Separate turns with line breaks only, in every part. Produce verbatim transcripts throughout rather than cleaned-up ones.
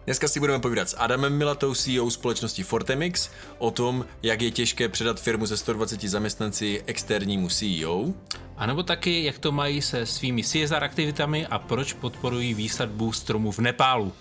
Dneska si budeme povídat s Adamem Milatou, C E O společnosti Fortemix, o tom, jak je těžké předat firmu ze sto dvaceti zaměstnanci externímu C E O.
A nebo taky, jak to mají se svými C S R aktivitami a proč podporují výsadbu stromů v Nepálu.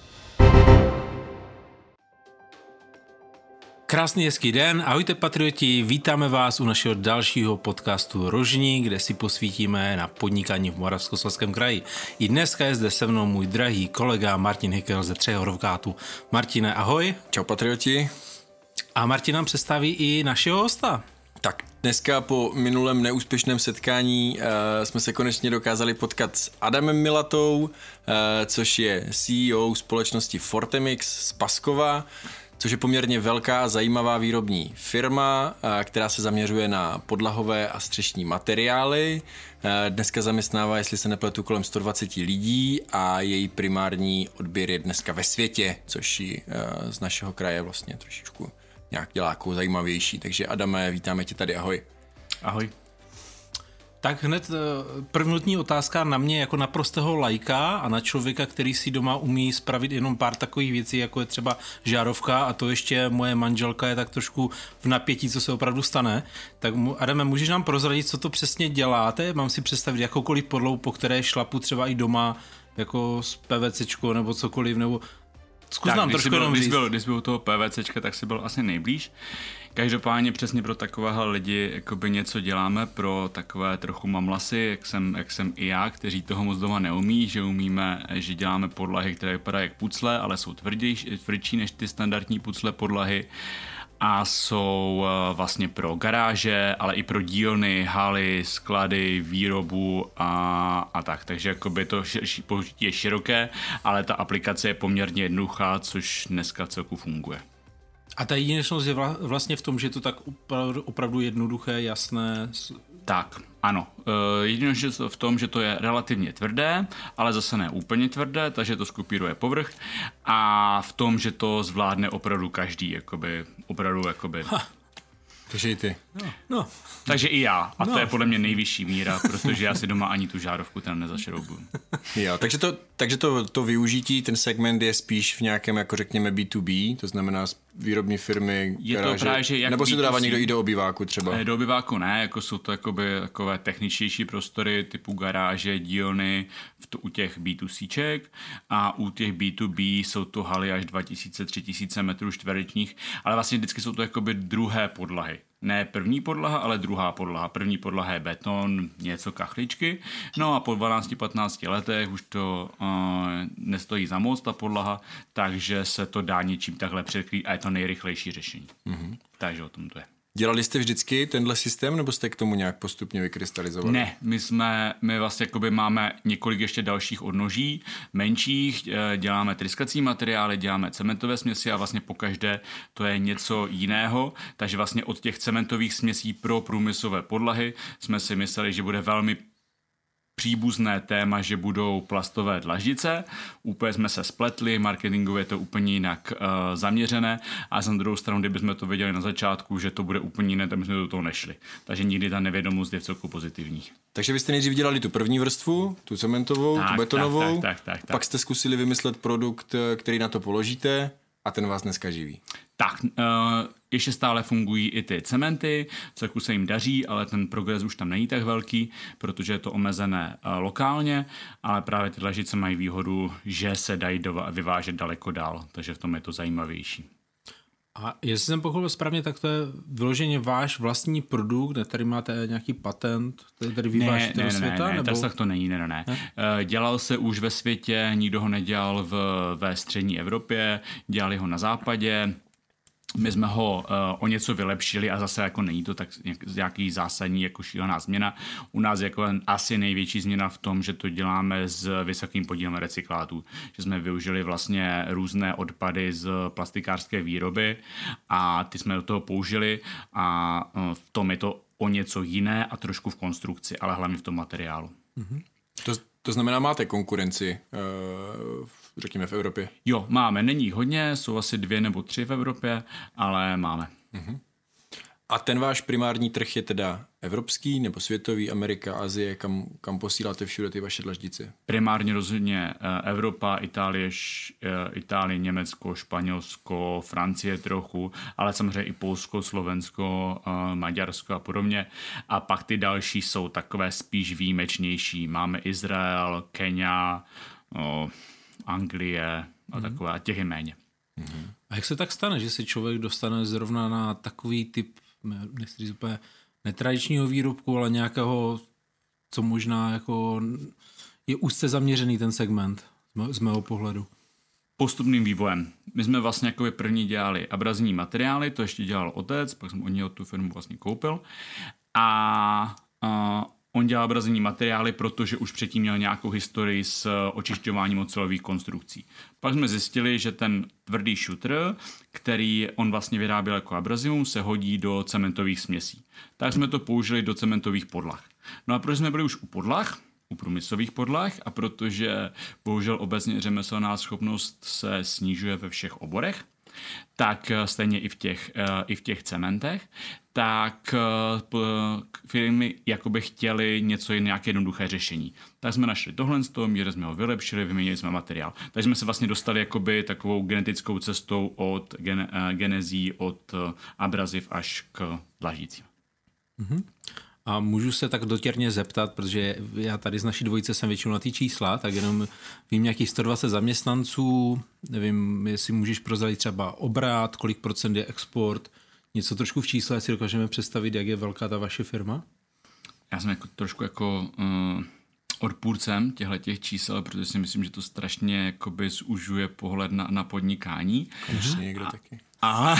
Krásný hezký den, ahojte patrioti, vítáme vás u našeho dalšího podcastu Rožní, kde si posvítíme na podnikání v Moravskoslezském kraji. I dneska je zde se mnou můj drahý kolega Martin Hickel ze Třech Horvátů. Martine, ahoj.
Čau patrioti.
A Martin nám představí i našeho hosta.
Tak dneska po minulém neúspěšném setkání uh, jsme se konečně dokázali potkat s Adamem Milatou, uh, což je C E O společnosti Fortemix z Paskova, což je poměrně velká, zajímavá výrobní firma, která se zaměřuje na podlahové a střešní materiály. Dneska zaměstnává, jestli se nepletu, kolem sto dvacet lidí a její primární odběr je dneska ve světě, což ji z našeho kraje vlastně trošičku nějak dělá jako zajímavější. Takže Adame, vítáme tě tady, ahoj.
Ahoj. Tak hned prvnotní otázka na mě jako naprostého laika a na člověka, který si doma umí spravit jenom pár takových věcí, jako je třeba žárovka, a to ještě moje manželka je tak trošku v napětí, co se opravdu stane. Tak Adame, můžeš nám prozradit, co to přesně děláte? Mám si představit jakoukoliv podlahu, po které šlapu třeba i doma, jako s PVCčko nebo cokoliv, nebo zkus
tak,
nám trošku jenom
říct.
Když byl,
když byl u toho PVCčka, tak si byl asi nejblíž. Každopádně přesně pro takovéhle lidi jakoby něco děláme, pro takové trochu mamlasy, jak jsem, jak jsem i já, kteří toho moc doma neumí, že umíme, že děláme podlahy, které vypadají jak pucle, ale jsou tvrdější, tvrdší než ty standardní pucle podlahy a jsou vlastně pro garáže, ale i pro dílny, haly, sklady, výrobu a, a tak. Takže jakoby to širší použití je široké, ale ta aplikace je poměrně jednoduchá, což dneska celku funguje.
A ta jedinečnost je vlastně v tom, že je to tak opravdu jednoduché, jasné.
Tak, ano. Jedinečnost je v tom, že to je relativně tvrdé, ale zase ne úplně tvrdé, takže to skopíruje povrch, a v tom, že to zvládne opravdu každý, jakoby, opravdu jakoby...
Ha.
Takže i ty.
No. no.
Takže i já. A
no.
to je podle mě nejvyšší míra, protože já si doma ani tu žárovku tam nezašroubuju.
Jo, takže to, takže to, to využití, ten segment je spíš v nějakém, jako řekněme, B to B, to znamená výrobní firmy,
je
garáže,
to právě, že jak
nebo si to dává
B to C.
někdo i do obýváku třeba?
Do obýváku ne, jako jsou to jakoby, takové techničtější prostory typu garáže, dílny v to, u těch B to Cček, a u těch B to B jsou to haly až dva tisíce, tři tisíce metrů čtverečních, ale vlastně vždycky jsou to jakoby druhé podlahy. Ne první podlaha, ale druhá podlaha. První podlaha je beton, něco kachličky, no a po dvanácti patnácti letech už to uh, nestojí za moc ta podlaha, takže se to dá něčím takhle překrýt a je to nejrychlejší řešení. Mm-hmm. Takže o tom to je. Dělali
jste vždycky tenhle systém, nebo jste k tomu nějak postupně vykrystalizovali?
Ne, my jsme, my vlastně jakoby máme několik ještě dalších odnoží, menších, děláme tryskací materiály, děláme cementové směsi a vlastně pokaždé to je něco jiného, takže vlastně od těch cementových směsí pro průmyslové podlahy jsme si mysleli, že bude velmi příbuzné téma, že budou plastové dlaždice. Úplně jsme se spletli, marketingově je to úplně jinak uh, zaměřené, a za druhou stranu, kdybychom to věděli na začátku, že to bude úplně jiné, tak bychom do toho nešli. Takže nikdy ta nevědomost je v celku pozitivní.
Takže vy jste nejdřív dělali tu první vrstvu, tu cementovou,
tak,
tu betonovou,
tak, tak, tak, tak,
pak jste zkusili vymyslet produkt, který na to položíte, a ten vás dneska živí.
Tak, uh, ještě stále fungují i ty cementy, celku se jim daří, ale ten progres už tam není tak velký, protože je to omezené uh, lokálně, ale právě ty dlaždice mají výhodu, že se dají do, vyvážet daleko dál, takže v tom je to zajímavější.
A jestli jsem pochopil správně, tak to je vyloženě váš vlastní produkt, ne? Tady máte nějaký patent, který vyvážíte
ne,
do světa?
Ne, ne,
nebo?
tak to není, ne, ne, ne. ne? Dělal se už ve světě, nikdo ho nedělal v, ve střední Evropě, dělali ho na západě. My jsme ho uh, o něco vylepšili a zase jako není to tak nějaký zásadní jako šílená změna. U nás je jako asi největší změna v tom, že to děláme s vysokým podílem recyklátů. Že jsme využili vlastně různé odpady z plastikářské výroby a ty jsme do toho použili, a uh, v tom je to o něco jiné a trošku v konstrukci, ale hlavně v tom materiálu.
Mm-hmm. To, to znamená, máte konkurenci uh, řekněme v Evropě?
Jo, máme. Není hodně, jsou asi dvě nebo tři v Evropě, ale máme.
Uh-huh. A ten váš primární trh je teda evropský nebo světový, Amerika, Asie, kam, kam posíláte všude ty vaše dlaždice?
Primárně rozhodně Evropa, Itálie, Itálie, Německo, Španělsko, Francie trochu, ale samozřejmě i Polsko, Slovensko, Maďarsko a podobně. A pak ty další jsou takové spíš výjimečnější. Máme Izrael, Kenia, Anglie a takové, a těch je méně.
Mm-hmm. A jak se tak stane, že se člověk dostane zrovna na takový typ, nechci říct úplně netradičního výrobku, ale nějakého, co možná jako je úzce zaměřený ten segment z mého pohledu?
Postupným vývojem. My jsme vlastně jako první dělali abrazivní materiály, to ještě dělal otec, pak jsem od něho tu firmu vlastně koupil a, a on dělal abrazivní materiály, protože už předtím měl nějakou historii s očišťováním ocelových konstrukcí. Pak jsme zjistili, že ten tvrdý šutr, který on vlastně vyráběl jako abrazivum, se hodí do cementových směsí. Tak jsme to použili do cementových podlah. No a protože jsme byli už u podlah, u průmyslových podlah a protože bohužel obecně řemeslná schopnost se snižuje ve všech oborech, tak stejně i v těch, i v těch cementech, tak firmy jakoby chtěly něco, nějaké jednoduché řešení. Tak jsme našli tohle z toho, míře jsme ho vylepšili, vyměnili jsme materiál. Takže jsme se vlastně dostali jakoby takovou genetickou cestou od gen, genezí, od abraziv až k dlaždicím.
Mm-hmm. A můžu se tak dotěrně zeptat, protože já tady z naší dvojice jsem většinou na ty čísla, tak jenom vím nějakých sto dvacet zaměstnanců, nevím, jestli můžeš prozradit třeba obrat, kolik procent je export, něco trošku v čísle, jestli dokážeme představit, jak je velká ta vaše firma?
Já jsem jako, trošku jako uh, odpůrcem těchto čísel, protože si myslím, že to strašně jakoby zužuje pohled na, na podnikání.
Konečně někdo
a,
taky.
Aha,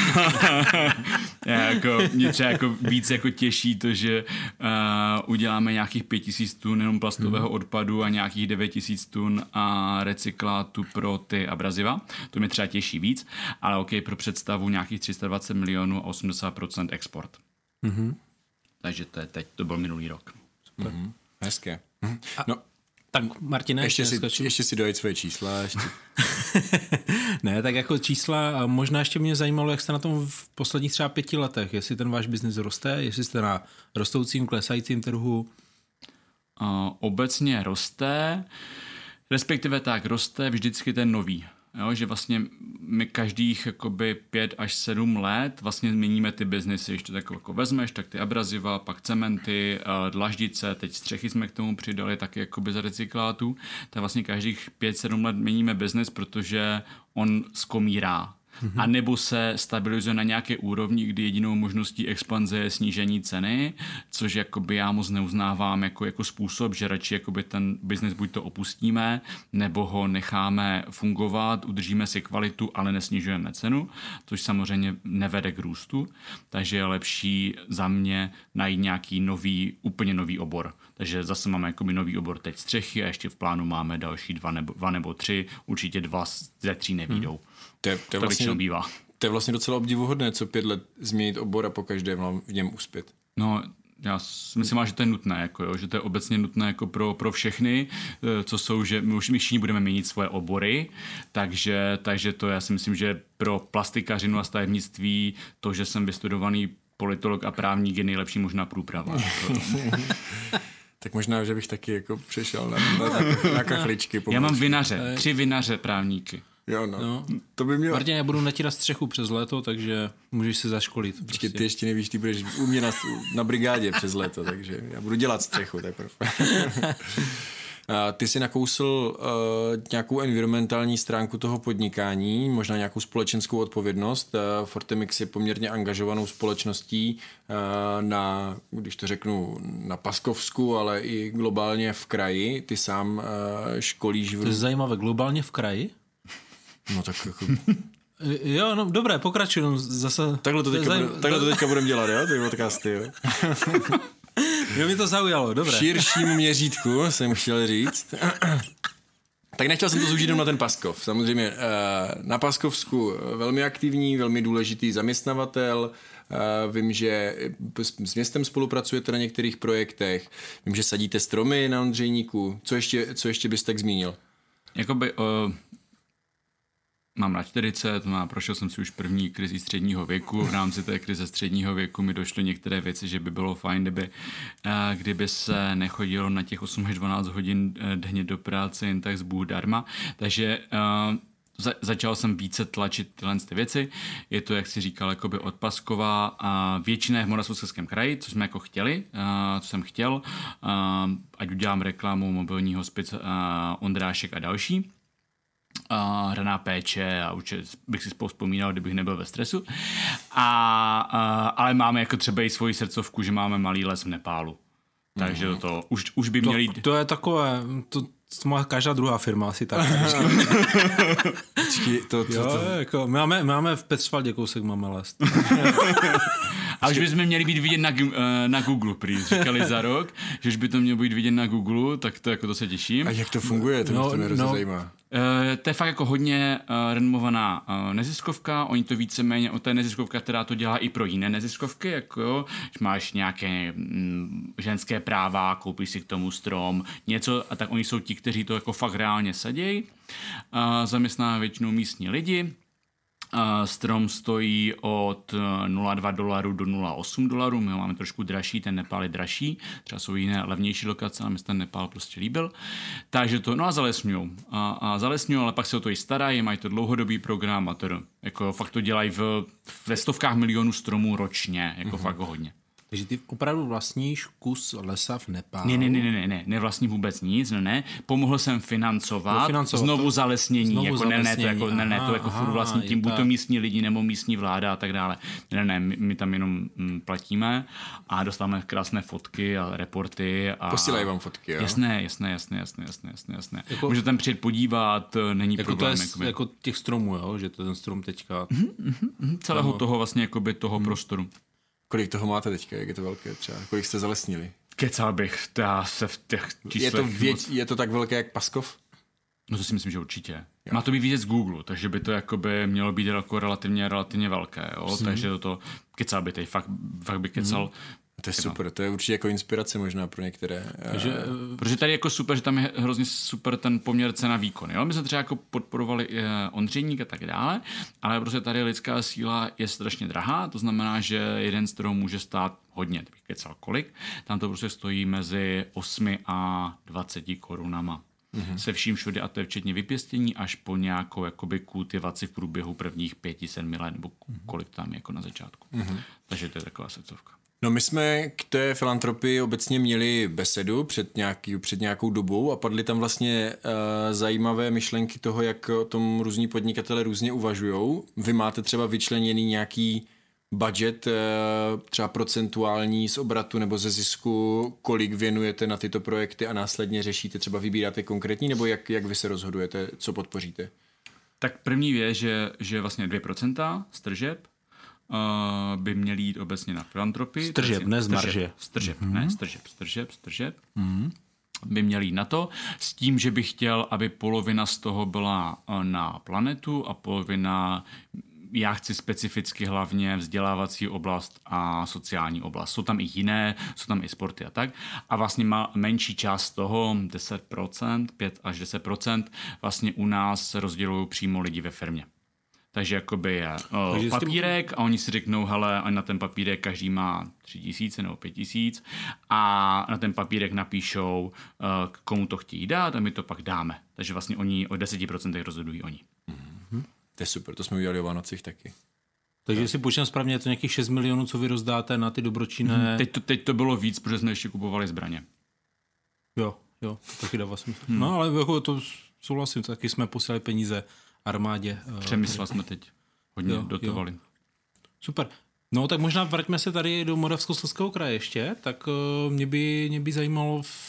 jako, mě třeba jako víc jako těší to, že uh, uděláme nějakých pět tisíc tun jenom plastového hmm. odpadu a nějakých devět tisíc tun a recyklátu pro ty abraziva. To mě třeba těší víc, ale ok, pro představu nějakých tři sta dvacet milionů a osmdesát procent export. Hmm. Takže to je teď, to byl minulý rok.
Super. Hmm. Hezké. Hmm. No,
tak Martine,
ještě, si, ještě si dojít svoje čísla. Ještě.
Ne, tak jako čísla, možná ještě mě zajímalo, jak jste na tom v posledních třeba pěti letech, jestli ten váš biznis roste, jestli jste na rostoucím, klesajícím trhu.
Uh, obecně roste, respektive tak roste vždycky ten nový. Jo, že vlastně my každých jakoby pět až sedm let vlastně změníme ty biznesy, když to tak jako vezmeš, tak ty abraziva, pak cementy, dlaždice, teď střechy jsme k tomu přidali taky jakoby za recyklátu, tak vlastně každých pět sedm let měníme biznes, protože on zkomírá. Mm-hmm. A nebo se stabilizuje na nějaké úrovni, kdy jedinou možností expanze je snížení ceny, což jakoby já moc neuznávám jako, jako způsob, že radši jakoby ten biznes buď to opustíme, nebo ho necháme fungovat, udržíme si kvalitu, ale nesnižujeme cenu, což samozřejmě nevede k růstu, takže je lepší za mě najít nějaký nový, úplně nový obor. Takže zase máme jakoby nový obor teď střechy a ještě v plánu máme další dva nebo, dva nebo tři, určitě dva ze tří nevídou. Hmm.
To je, to, je vlastně, bývá. to je vlastně docela obdivuhodné, co pět let změnit obor a po každé v něm uspět.
No, já myslím, že to je nutné, jako jo, že to je obecně nutné jako pro, pro všechny, co jsou, že my už my všichni budeme měnit svoje obory, takže, takže to já si myslím, že pro plastikařinu a stavebnictví to, že jsem vystudovaný politolog a právník, je nejlepší možná průprava.
Tak možná, že bych taky jako přešel na, na, na kachličky.
Já mám vinaře, tři vinaře právníky.
Jo, no. no. To by mělo.
Martin, já budu natírat střechu přes léto, takže můžeš se zaškolit.
Počkej, prostě. Ty ještě nevíš, ty budeš u mě na, na brigádě přes léto, takže já budu dělat střechu teprve. Ty jsi nakousl uh, nějakou environmentální stránku toho podnikání, možná nějakou společenskou odpovědnost. Uh, Fortemix je poměrně angažovanou společností uh, na, když to řeknu, na Paskovsku, ale i globálně v kraji. Ty sám uh, školíš... V...
To je zajímavé, globálně v kraji?
No tak jako...
Jo, no dobré, pokračuj. Zase...
Takhle to teďka, zaj... budem, takhle to teďka budem dělat, jo? Ty podcasty, jo?
Jo, mi to zaujalo, dobré.
V širším měřítku jsem chtěl říct. Tak nechtěl jsem to zúžit jenom na ten Paskov. Samozřejmě na Paskovsku velmi aktivní, velmi důležitý zaměstnavatel. Vím, že s městem spolupracujete na některých projektech. Vím, že sadíte stromy na Ondřejníku. Co ještě, co ještě bys tak zmínil?
Jakoby... Uh... mám na čtyřicet, má, prošel jsem si už první krizi středního věku. V rámci té krize středního věku mi došly některé věci, že by bylo fajn, kdyby, kdyby se nechodilo na těch osm až dvanáct hodin denně do práce jen tak z Bůh darma. Takže za, začal jsem více tlačit tyhle ty věci. Je to, jak si říkal, jakoby od Paskova. Většina je v Moravskoslezském kraji, co jsme jako chtěli, co jsem chtěl, ať udělám reklamu, mobilní hospic, Ondrášek a další. Uh, hraná péče a určitě bych si spolu vzpomínal, kdybych nebyl ve stresu. A, uh, ale máme jako třeba i svoji srdcovku, že máme malý les v Nepálu. Takže mm. to už, už by měli...
To, to je takové... To... To má každá druhá firma asi tak.
to, to,
jo,
to.
Jako, máme, máme v Petřvaldě kousek máme les.
A už bychom měli být vidět na, na Google, prý. Říkali za rok, že už by to mělo být vidět na Google, tak to, jako to se těším.
A jak to funguje? To, no, to mě hrozně no. zajímá.
Uh, to je fakt jako hodně uh, renomovaná uh, neziskovka, oni to víceméně, to je neziskovka, která to dělá i pro jiné neziskovky, jako jo, že máš nějaké mm, ženské práva, koupíš si k tomu strom, něco a tak oni jsou ti, kteří to jako fakt reálně sadějí, uh, zaměstná většinou místní lidi. Uh, strom stojí od nula celá dva dolarů do nula celá osm dolarů, my ho máme trošku dražší, ten Nepál je dražší, třeba jsou jiné levnější lokace, ale mi se ten Nepál prostě líbil. Takže to, no a zalesňujou. A, a zalesňujou, ale pak se o to i starají, mají to dlouhodobý program a to, jako fakt to dělají v, ve stovkách milionů stromů ročně, jako mm-hmm. fakt hodně.
Takže ty opravdu vlastníš kus lesa v Nepálu?
Ne, ne, ne, ne, ne, nevlastní vůbec nic, ne, ne. Pomohl jsem financovat, financovat znovu to, zalesnění, znovu jako zalesnění. ne, ne, to jako, aha, ne, ne, to jako aha, furt vlastní tím, buď to místní lidi nebo místní vláda a tak dále. Ne, ne, my, my tam jenom m, platíme a dostáváme krásné fotky a reporty. A
posílají vám fotky, jo?
Jasné, jasné, jasné, jasné, jasné, jasné, jasné. Jako, můžete tam přijet podívat, není
jako
problém.
To je jakoby. Jako těch stromů, jo, že to ten strom teďka...
Mm-hmm, mm-hmm, celého toho vlastně, jakoby toho mm. prostoru.
Kolik toho máte teďka, jak je to velké třeba? Kolik jste zalesnili?
Kecal bych, já se v těch číslech...
Je to, věc, je to tak velké jak Paskov?
No to si myslím, že určitě. Jo. Má to být vidět z Google, takže by to jakoby mělo být jako relativně, relativně velké, jo? Hmm. Takže to kecal by teď, fakt, fakt by kecal... Hmm.
To je super, to je určitě jako inspirace možná pro některé.
Takže, protože tady je jako super, že tam je hrozně super ten poměr cena výkon. Jo? My jsme třeba jako podporovali Ondřejník a tak dále, ale prostě tady lidská síla je strašně drahá, to znamená, že jeden strom může stát hodně, to bych kecal kolik, tam to prostě stojí mezi osmi a dvaceti korunama. Mm-hmm. Se vším všude, a to je včetně vypěstění, až po nějakou jakoby kultivaci v průběhu prvních pěti, sedmi let, nebo kolik tam je jako na začátku. Mm-hmm. Takže to je taková srdcovka.
No my jsme k té filantropii obecně měli besedu před, nějaký, před nějakou dobou a padly tam vlastně uh, zajímavé myšlenky toho, jak o tom různí podnikatele různě uvažujou. Vy máte třeba vyčleněný nějaký budget, uh, třeba procentuální z obratu nebo ze zisku, kolik věnujete na tyto projekty a následně řešíte, třeba vybíráte konkrétní, nebo jak, jak vy se rozhodujete, co podpoříte?
Tak první je, že, že vlastně dvě procenta z tržeb Uh, by měly jít obecně na filantropii.
Stržeb, ne z marže.
Stržeb, mm-hmm. ne, stržeb, stržeb, stržeb. Mm-hmm. By měly jít na to, s tím, že bych chtěl, aby polovina z toho byla na planetu a polovina, já chci specificky hlavně vzdělávací oblast a sociální oblast. Jsou tam i jiné, jsou tam i sporty a tak. A vlastně má menší část toho, deset procent, pět až deset procent, vlastně u nás rozdělují přímo lidi ve firmě. Takže jakoby je o, Takže papírek tím... a oni si řeknou, hele, na ten papírek každý má tři tisíce nebo pět tisíc a na ten papírek napíšou, k komu to chtějí dát a my to pak dáme. Takže vlastně oni o deset procent rozhodují oni.
Mm-hmm. To je super, to jsme udělali o Vánocích taky.
Takže si počítám správně, je to nějakých šest milionů, co vy rozdáte na ty dobročinné...
Mm, teď, to, teď to bylo víc, protože jsme ještě kupovali zbraně.
Jo, jo, to taky dává smysl. Hmm. No ale jako to souhlasím, taky jsme posílali peníze armádě.
Přemysla jsme teď hodně jo, dotovali. Jo.
Super. No tak možná vraťme se tady do Moravskoslezského kraje ještě, tak uh, mě, by, mě by zajímalo, v,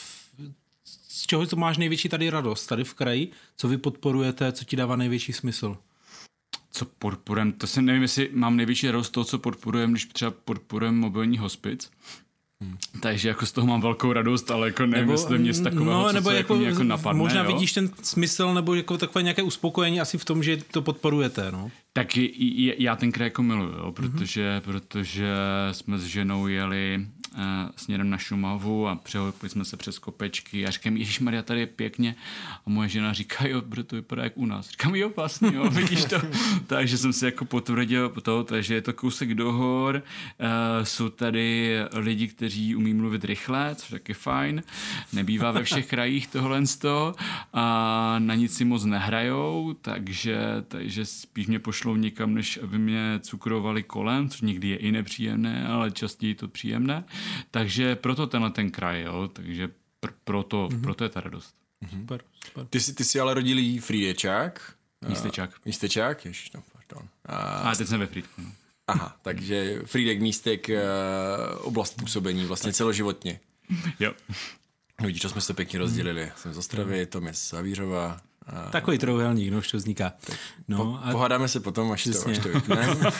z čeho to máš největší tady radost tady v kraji, co vy podporujete, co ti dává největší smysl?
Co podporujeme, to si nevím, jestli mám největší radost toho, co podporujeme, když třeba podporujeme mobilní hospic. Hmm. Takže jako z toho mám velkou radost, ale jako nevím, jestli mě z takového, no, co, nebo co jako, jako napadne.
Možná
jo?
Vidíš ten smysl, nebo jako takové nějaké uspokojení asi v tom, že to podporujete, no?
Tak já ten kraj jako miluju, jo, protože, mm-hmm. protože jsme s ženou jeli směrem na Šumavu a přehodili jsme se přes kopečky a říkám, ježišmarja, tady je pěkně. A moje žena říká, jo, protože to vypadá jak u nás. Říkám, jo, vlastně, jo, vidíš to. Takže jsem si jako potvrdil to, takže je to kousek do hor. Uh, jsou tady lidi, kteří umí mluvit rychle, což taky fajn. Nebývá ve všech krajích tohle z toho. A na nic si moc nehrajou, takže, takže spíš mě pošlou někam, než aby mě cukrovali kolem, což někdy je i nepříjemné, ale častěji to příjemné. Takže proto tenhle ten kraj, jo, takže pr- proto, mm-hmm. proto je ta radost.
Mm-hmm. Super, super.
Ty jsi, ty jsi ale rodilý Frýdečák.
Místečák.
Uh, místečák, ježiš, no, pardon. Uh,
A teď jsem ve Frýdku. No.
Aha, takže Frýdek, Místek, uh, oblast působení vlastně tak. Celoživotně.
Jo.
No vidíš, to jsme se pěkně rozdělili. Hmm. Jsem z Ostravy, Tom je z Havířova.
A... Takový trouhelník, no, už to vzniká.
No, po, a... Pohádáme se potom, až Přesně. to, až to vypne.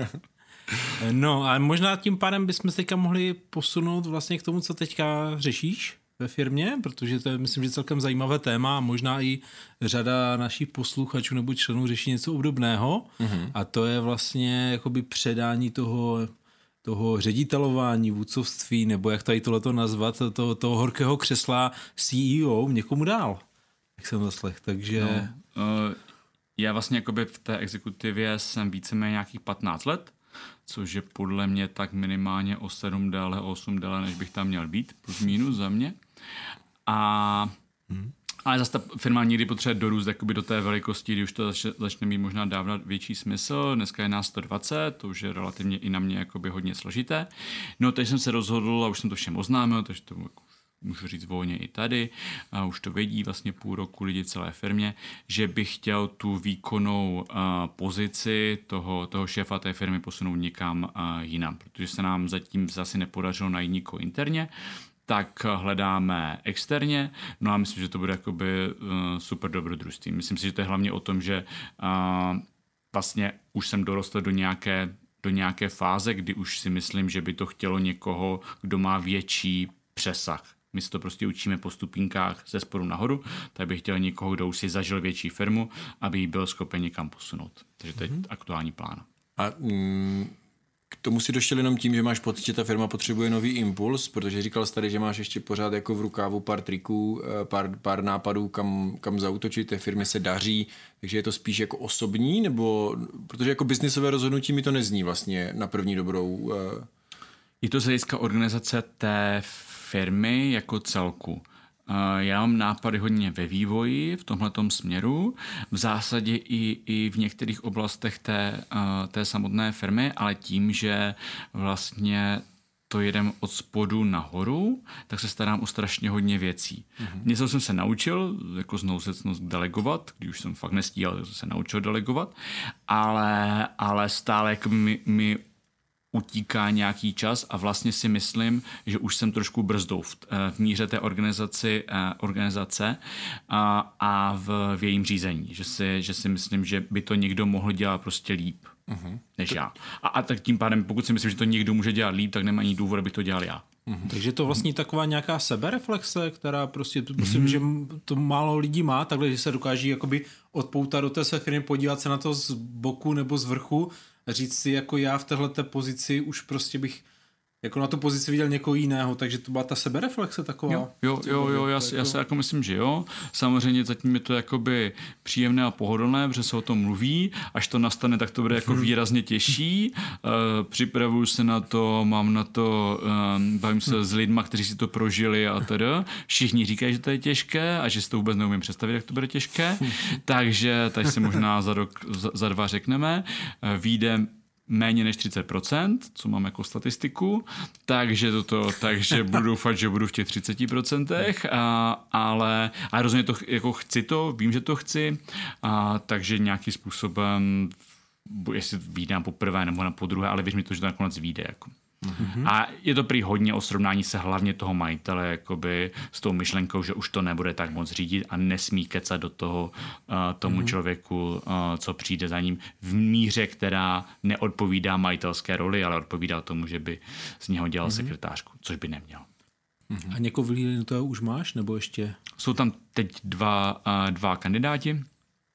No a možná tím pádem bychom se teďka mohli posunout vlastně k tomu, co teďka řešíš ve firmě, protože to je, myslím, že celkem zajímavé téma a možná i řada našich posluchačů nebo členů řeší něco obdobného mm-hmm. a to je vlastně jakoby předání toho, toho ředitelování, vůdcovství, nebo jak tady tohleto nazvat, toho, toho horkého křesla C E O někomu dál, jak jsem zaslech, takže... No,
uh, já vlastně jakoby v té exekutivě jsem víceméně nějakých patnáct let, což je podle mě tak minimálně o sedm déle, o osm déle, než bych tam měl být, plus minus za mě. A, hmm. Ale zase ta firma někdy potřebuje dorůst jakoby do té velikosti, kdy už to začne, začne mít možná dávat větší smysl. Dneska je nás sto dvacet, to už je relativně i na mě jakoby hodně složité. No, teď jsem se rozhodl a už jsem to všem oznámil, takže to jako můžu říct volně i tady, a už to vědí vlastně půl roku lidi celé firmě, že bych chtěl tu výkonnou uh, pozici toho, toho šéfa té firmy posunout někam uh, jinam, protože se nám zatím zase nepodařilo najít nikoho interně, tak hledáme externě, no a myslím, že to bude jakoby uh, super dobrodružství. Myslím si, že to je hlavně o tom, že uh, vlastně už jsem dorostl do nějaké, do nějaké fáze, kdy už si myslím, že by to chtělo někoho, kdo má větší přesah. My se to prostě učíme po stupínkách ze spodu nahoru, tak bych chtěl někoho, kdo už si zažil větší firmu, aby ji byl schopen někam posunout. Takže to je mm-hmm. aktuální plán.
A mm, k tomu si došel jenom tím, že máš pocit, že ta firma potřebuje nový impuls, protože říkal jsi tady, že máš ještě pořád jako v rukávu pár triků, pár, pár nápadů, kam, kam zaútočit, té firmě se daří, takže je to spíš jako osobní, nebo protože jako biznisové rozhodnutí mi to nezní vlastně na první dobrou.
Je to z hlediska organizace té firmy jako celku. Já mám nápady hodně ve vývoji v tomhletom směru, v zásadě i, i v některých oblastech té, té samotné firmy, ale tím, že vlastně to jedem od spodu nahoru, tak se starám o strašně hodně věcí. Mm-hmm. Něco jsem se naučil, jako znouzecnost delegovat, když už jsem fakt nestíhal, tak jsem se naučil delegovat, ale, ale stále jako mi, mi utíká nějaký čas a vlastně si myslím, že už jsem trošku brzdou v, v míře té organizaci, organizace a, a v, v jejím řízení. Že si, že si myslím, že by to někdo mohl dělat prostě líp uh-huh. než já. A, a tak tím pádem, pokud si myslím, že to někdo může dělat líp, tak nemá ani důvod, abych to dělal já.
Mm-hmm. Takže to vlastně taková nějaká sebereflexe, která prostě, mm-hmm. myslím, že to málo lidí má, takhle, že se dokáží jakoby odpoutat do té své firmy, podívat se na to z boku nebo z vrchu a říct si, jako já v téhleté pozici už prostě bych jako na tu pozici viděl někoho jiného, takže to byla ta sebereflexe taková.
Jo, jo, jo, jo já, já se jako myslím, že jo. Samozřejmě zatím je to jakoby příjemné a pohodlné, protože se o tom mluví, až to nastane, tak to bude jako výrazně těžší. Uh, připravuju se na to, mám na to, um, bavím se s lidma, kteří si to prožili a teda. Všichni říkají, že to je těžké a že si to vůbec neumím představit, jak to bude těžké. Takže tady si možná za rok, za, za dva řekneme. Uh, vyjde méně než třicet procent, co mám jako statistiku, takže, toto, takže budu doufat, že budu v těch třiceti procentech, a, ale a rozhodně to jako chci to, vím, že to chci, a, takže nějakým způsobem, jestli vyjdám poprvé nebo na podruhé, ale věř mi to, že to nakonec vyjde. Jako. Mm-hmm. A je to prý hodně o srovnání se hlavně toho majitele jakoby, s tou myšlenkou, že už to nebude tak moc řídit a nesmí kecat do toho uh, tomu mm-hmm. člověku, uh, co přijde za ním v míře, která neodpovídá majitelské roli, ale odpovídá tomu, že by z něho dělal mm-hmm. sekretářku, což by neměl.
Mm-hmm. A někoho vylíli do toho už máš, nebo ještě?
Jsou tam teď dva, uh, dva kandidáti.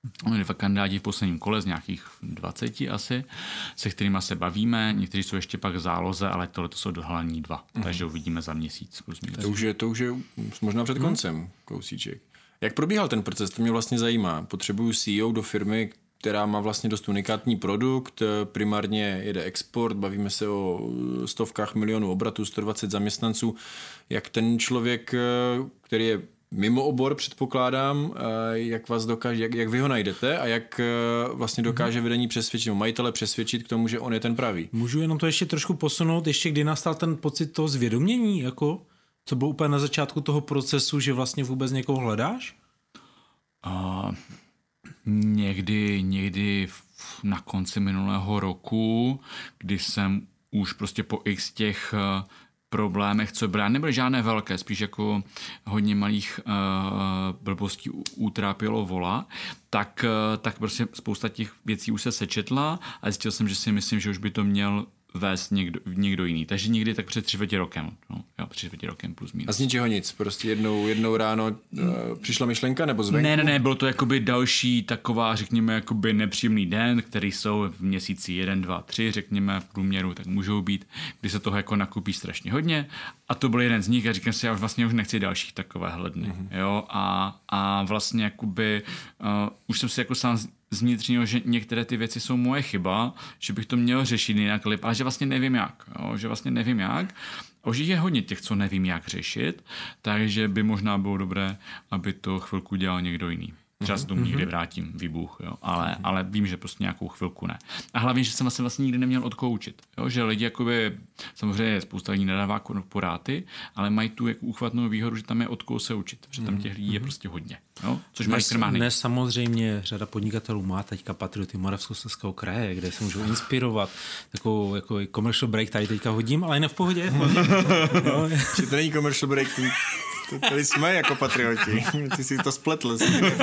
Dva kandidáti v posledním kole z nějakých dvaceti asi, se kterými se bavíme. Někteří jsou ještě pak v záloze, ale tohle to jsou dohlavní dva. Mm. Takže uvidíme za měsíc.
To už je, to už je možná před koncem, mm. kousíček. Jak probíhal ten proces? To mě vlastně zajímá. Potřebuju C E O do firmy, která má vlastně dost unikátní produkt, primárně jede export, bavíme se o stovkách milionů obratů, sto dvacet zaměstnanců. Jak ten člověk, který je mimo obor, předpokládám, jak vás dokáže, jak, jak vy ho najdete a jak vlastně dokáže vedení přesvědčit, majitele přesvědčit k tomu, že on je ten pravý.
Můžu jenom to ještě trošku posunout, ještě kdy nastal ten pocit toho zvědomění, jako co bylo úplně na začátku toho procesu, že vlastně vůbec někoho hledáš?
Uh, někdy, někdy na konci minulého roku, kdy jsem už prostě po x těch uh, problémech, co byly, nebyly žádné velké, spíš jako hodně malých uh, blbostí utrápilo vola, tak, uh, tak prostě spousta těch věcí už se sečetla a zjistil jsem, že si myslím, že už by to měl vést někdo, někdo jiný. Takže někdy tak před tři rokem. No, jo, před rokem plus minus.
A z ničeho nic? Prostě jednou, jednou ráno uh, přišla myšlenka nebo zvenku?
Ne, ne, ne, bylo to jakoby další taková, řekněme, jakoby nepříjemný den, který jsou v měsíci jeden, dva, tři, řekněme v průměru, tak můžou být, kdy se toho jako nakupí strašně hodně. A to byl jeden z nich a říkám si, já už vlastně už nechci dalších takovéhle dny. Mm-hmm. Jo, a, a vlastně jakoby uh, už jsem si jako sám zvnitřnil, že některé ty věci jsou moje chyba, že bych to měl řešit jinak líp, ale že vlastně nevím jak. Jo? Že vlastně nevím jak. A už je hodně těch, co nevím jak řešit, takže by možná bylo dobré, aby to chvilku dělal někdo jiný. Třeba se tomu někdy vrátím, výbuch, jo? Ale, ale vím, že prostě nějakou chvilku ne. A hlavně, že jsem vlastně, vlastně nikdy neměl od koho učit. Jo? Že lidi, jakoby, samozřejmě spousta lidí nedává korporáty, ale mají tu jako úchvatnou výhodu, že tam je od koho se učit. Protože tam těch lidí je prostě hodně. Jo? Což mají krmány.
Dnes samozřejmě řada podnikatelů má teďka patrioty Moravskoslezského kraje, kde se můžou inspirovat. Takovou jako commercial break tady teďka hodím, ale ne v pohodě.
No. Že to není commercial break, tady jsme jako patrioti. Ty jsi to spletl.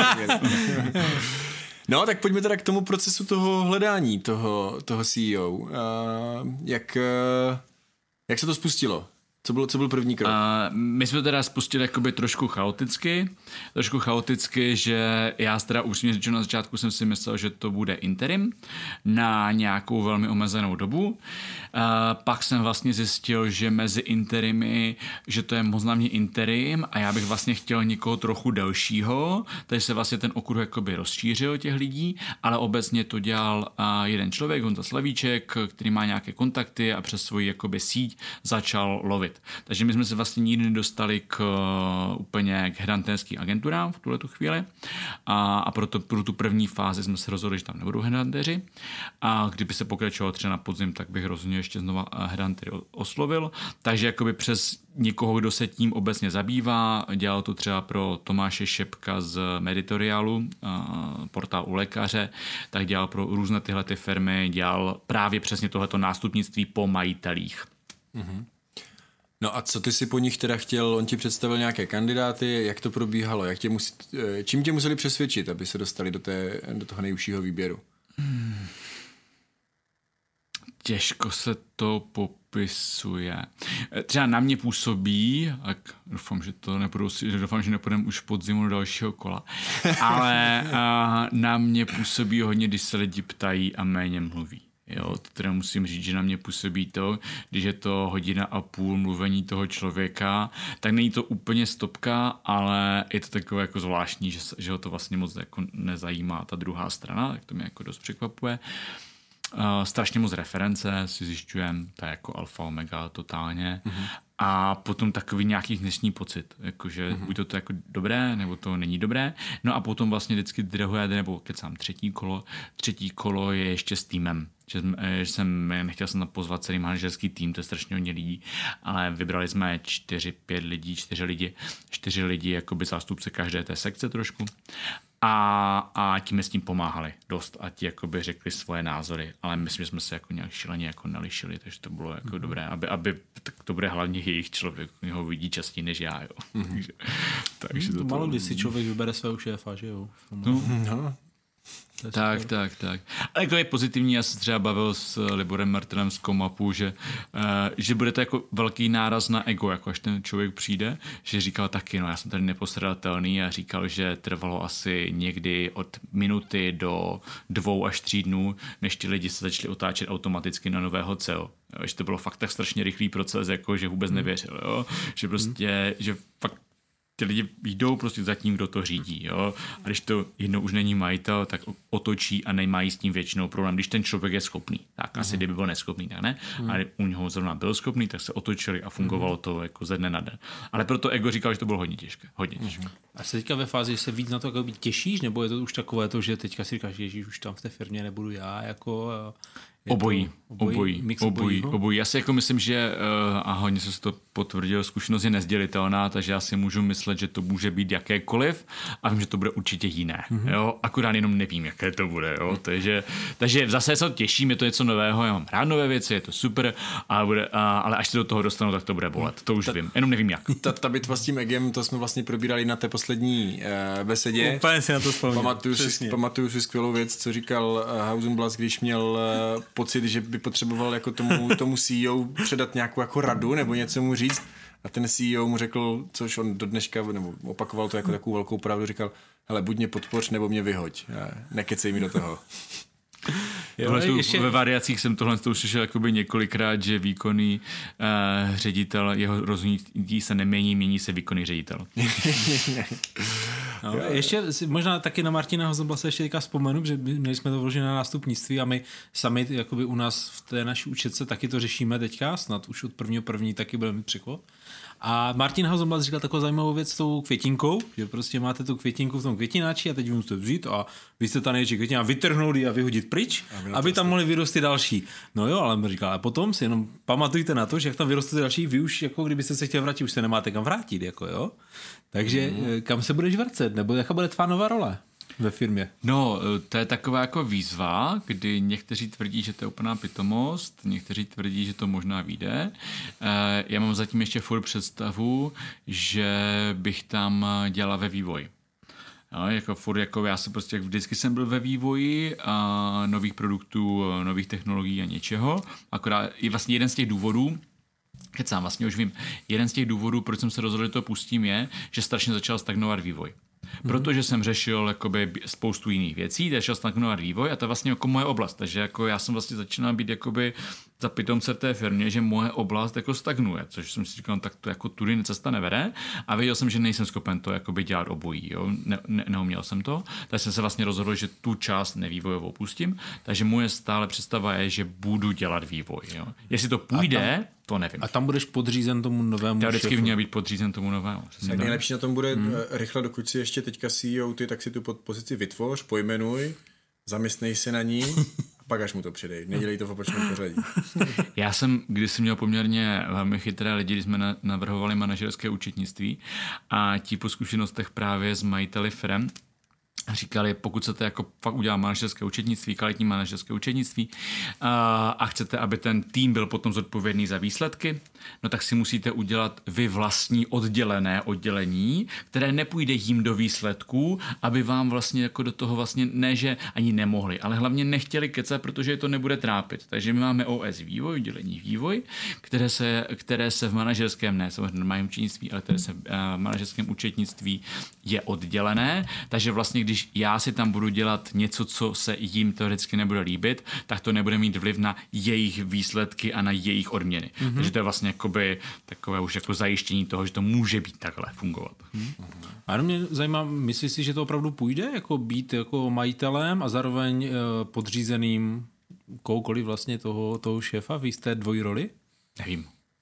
No, tak pojďme teda k tomu procesu toho hledání, toho, toho C E O. Uh, jak, uh, jak se to spustilo? Co byl, co byl první krok?
Uh, my jsme teda spustili jakoby trošku chaoticky. Trošku chaoticky, že já teda upřímně řečeno na začátku jsem si myslel, že to bude interim na nějakou velmi omezenou dobu. Uh, pak jsem vlastně zjistil, že mezi interimy, že to je moc na mě interim a já bych vlastně chtěl někoho trochu delšího, takže se vlastně ten okruh jakoby rozšířil těch lidí, ale obecně to dělal uh, jeden člověk, Honza Slavíček, který má nějaké kontakty a přes svoji jakoby síť začal lovit. Takže my jsme se vlastně nikdy nedostali k uh, úplně k headhunterským agenturám v tuhletu chvíli a, a proto pro tu první fázi jsme se rozhodli, že tam nebudou headhunteři a kdyby se pokračovalo třeba na podzim, tak bych rozhodně ještě znova headhuntery oslovil. Takže jakoby přes někoho, kdo se tím obecně zabývá, dělal to třeba pro Tomáše Šepka z Meditorialu, uh, portál u lékaře, tak dělal pro různé tyhle ty firmy, dělal právě přesně tohleto nástupnictví po majitelích.
Mm-hmm. No a co ty si po nich teda chtěl? On ti představil nějaké kandidáty, jak to probíhalo? Jak tě musí, čím tě museli přesvědčit, aby se dostali do, té, do toho nejužšího výběru? Hmm.
Těžko se to popisuje. Třeba na mě působí, tak doufám, že to nepůjdu, doufám, že nepůjdem už podzimu do dalšího kola, ale na mě působí hodně, když se lidi ptají a méně mluví. Jo, to teda musím říct, že na mě působí to, když je to hodina a půl mluvení toho člověka, tak není to úplně stopka, ale je to takové jako zvláštní, že, že ho to vlastně moc jako nezajímá ta druhá strana, tak to mě jako dost překvapuje. Uh, strašně moc reference si zjišťujem, to je jako alfa omega totálně. Mm-hmm. A potom takový nějaký dnešní pocit, jakože mm-hmm. buď to, to jako dobré, nebo to není dobré. No a potom vlastně vždycky druhé, nebo kecám třetí kolo, třetí kolo je ještě s týmem. Že, že jsem, nechtěl jsem tam pozvat celý manažerský tým, to je strašně hodně lidí, ale vybrali jsme čtyři, pět lidí, čtyři lidi, čtyři lidi, jakoby zástupce každé té sekce trošku. A, a tím s tím pomáhali dost a ti jakoby řekli svoje názory, ale myslím, že jsme se jako nějak šíleně jako nelišili, takže to bylo jako mm-hmm. dobré, aby, aby tak to bude hlavně jejich člověk, ho vidí častěji než já, jo. Mm-hmm. takže, takže to
Malo kdy si člověk vybere svého šéfa, že jo?
No. No.
Tak, tak, tak. Ale jako je pozitivní, já se třeba bavil s Liborem Martinem z Komapu, že, uh, že bude to jako velký náraz na ego, jako až ten člověk přijde, že říkal taky, no já jsem tady nepostradatelný a říkal, že trvalo asi někdy od minuty do dvou až tří dnů, než ti lidi se začali otáčet automaticky na nového C E O. Jo, že to bylo fakt tak strašně rychlý proces, jako že vůbec nevěřil, jo? Že prostě, že fakt ty lidi jdou prostě za tím, kdo to řídí. Jo? A když to jednou už není majitel, tak otočí a nemají s tím většinou problém. Když ten člověk je schopný, tak uh-huh. asi kdyby byl neschopný, tak ne? Uh-huh. Ale u něho zrovna byl schopný, tak se otočili a fungovalo uh-huh. to jako ze dne na den. Ale proto ego říkal, že to bylo hodně těžké. Hodně těžké. Uh-huh.
A jsi teďka ve fázi, že se víc na to jako těšíš, nebo je to už takové to, že teďka si říkáš, ježíš, už tam v té firmě nebudu já, jako...
Obojí, obojí, obojí, obojí. Já si jako myslím, že uh, a hodně se to potvrdilo, zkušenost je nezdělitelná, takže já si můžu myslet, že to může být jakékoliv a vím, že to bude určitě jiné. Mm-hmm. Jo? Akorát jenom nevím, jaké to bude. Jo? Takže, takže zase se to těším, je to něco nového, já mám rád nové věci, je to super, a bude, a, ale až se do toho dostanu, tak to bude bolet. To už ta, vím, jenom nevím jak.
Ta, ta bitva s tím egem, to jsme vlastně probírali na té poslední uh, besedě.
Úplně si na to vzpomněl.
Pamatuju si, pamatuju si skvělou věc, co říkal uh, Hausenblas, když měl uh, pocit, že by potřeboval jako tomu, tomu C E O předat nějakou jako radu nebo něco mu říct a ten C E O mu řekl, což on do dneška, nebo opakoval to jako takovou velkou pravdu, říkal, hele, buď mě podpoř, nebo mě vyhoď, nekecej mi do toho.
Jo, ještě... Ve variacích jsem tohle to slyšel jakoby několikrát, že výkonný uh, ředitel, jeho rozhodnutí se nemění, mění se výkonný ředitel.
No, ještě možná taky na Martina Hausenblase ještě teďka vzpomenu, že měli jsme to vložené na nástupnictví a my sami jakoby u nás v té naší učetce taky to řešíme teďka, snad už od prvního první taky budeme mít překlad. A Martin Hausenblas říkal takovou zajímavou věc s tou květinkou, že prostě máte tu květinku v tom květináči a teď vy musíte vzít a vy jste ta největší květina vytrhnout a vyhodit pryč, aby, aby tam mohly vyrosty další. No jo, ale říkal, a potom si jenom pamatujte na to, že jak tam vyrostou další, vy už jako kdybyste se chtěl vrátit, už se nemáte kam vrátit, jako jo. Takže mm. kam se budeš vracet, nebo jaká bude tvá nová role ve firmě?
No, to je taková jako výzva, kdy někteří tvrdí, že to je úplná pitomost, někteří tvrdí, že to možná vyjde. Já mám zatím ještě furt představu, že bych tam dělal ve vývoji. No, jako furt, jako já se prostě vždycky jsem byl ve vývoji a nových produktů, nových technologií a něčeho. Akorát i vlastně jeden z těch důvodů, keď sám vlastně už vím, jeden z těch důvodů, proč jsem se rozhodl, že to pustím, je, že strašně začal stagnovat vývoj. Protože jsem řešil jakoby spoustu jiných věcí, začal stagnovat vývoj a to je vlastně jako moje oblast. Takže jako já jsem vlastně začínal být jakoby za pitomce v té firmě, že moje oblast jako stagnuje, což jsem si říkal, tak to jako tudy cesta nevede a věděl jsem, že nejsem schopen to jakoby dělat obojí. Jo? Ne, ne, neuměl jsem to, takže jsem se vlastně rozhodl, že tu část nevývojovou pustím, takže moje stále představa je, že budu dělat vývoj. Jo? Jestli to půjde, tam, to nevím.
A tam budeš podřízen tomu novému
Já vždycky měl být podřízen tomu novému.
Tak nejlepší na tom bude hmm. rychle, dokud si ještě teďka C E O ty, tak si tu pozici vytvoř, pojmenuj, zaměstnej se na ní a pak až mu to přidej. Nedělej to v opačném pořadí.
Já jsem kdysi měl poměrně velmi chytré lidi, když jsme navrhovali manažerské účetnictví a ti po zkušenostech právě s majiteli firem říkali, pokud chcete jako fakt udělat manažerské účetnictví, kvalitní manažerské účetnictví a, a chcete, aby ten tým byl potom zodpovědný za výsledky, no tak si musíte udělat vy vlastní oddělené oddělení, které nepůjde jim do výsledků, aby vám vlastně jako do toho vlastně ne, že ani nemohli, ale hlavně nechtěli kecat, protože je to nebude trápit. Takže my máme O S vývoj, oddělení vývoj, které se, které se v manažerském, ne samozřejmě normálním účetnictví, ale které se v manažerském účetnictví je oddělené, takže vlastně když já si tam budu dělat něco, co se jim teoreticky nebude líbit, tak to nebude mít vliv na jejich výsledky a na jejich odměny. Mm-hmm. Takže to je vlastně jakoby takové už jako zajištění toho, že to může být takhle fungovat.
Mm-hmm. A mě zajímá, myslíš si, že to opravdu půjde, jako být jako majitelem a zároveň e, podřízeným koukoliv vlastně toho, toho šéfa v jisté dvojroli?
Nevím.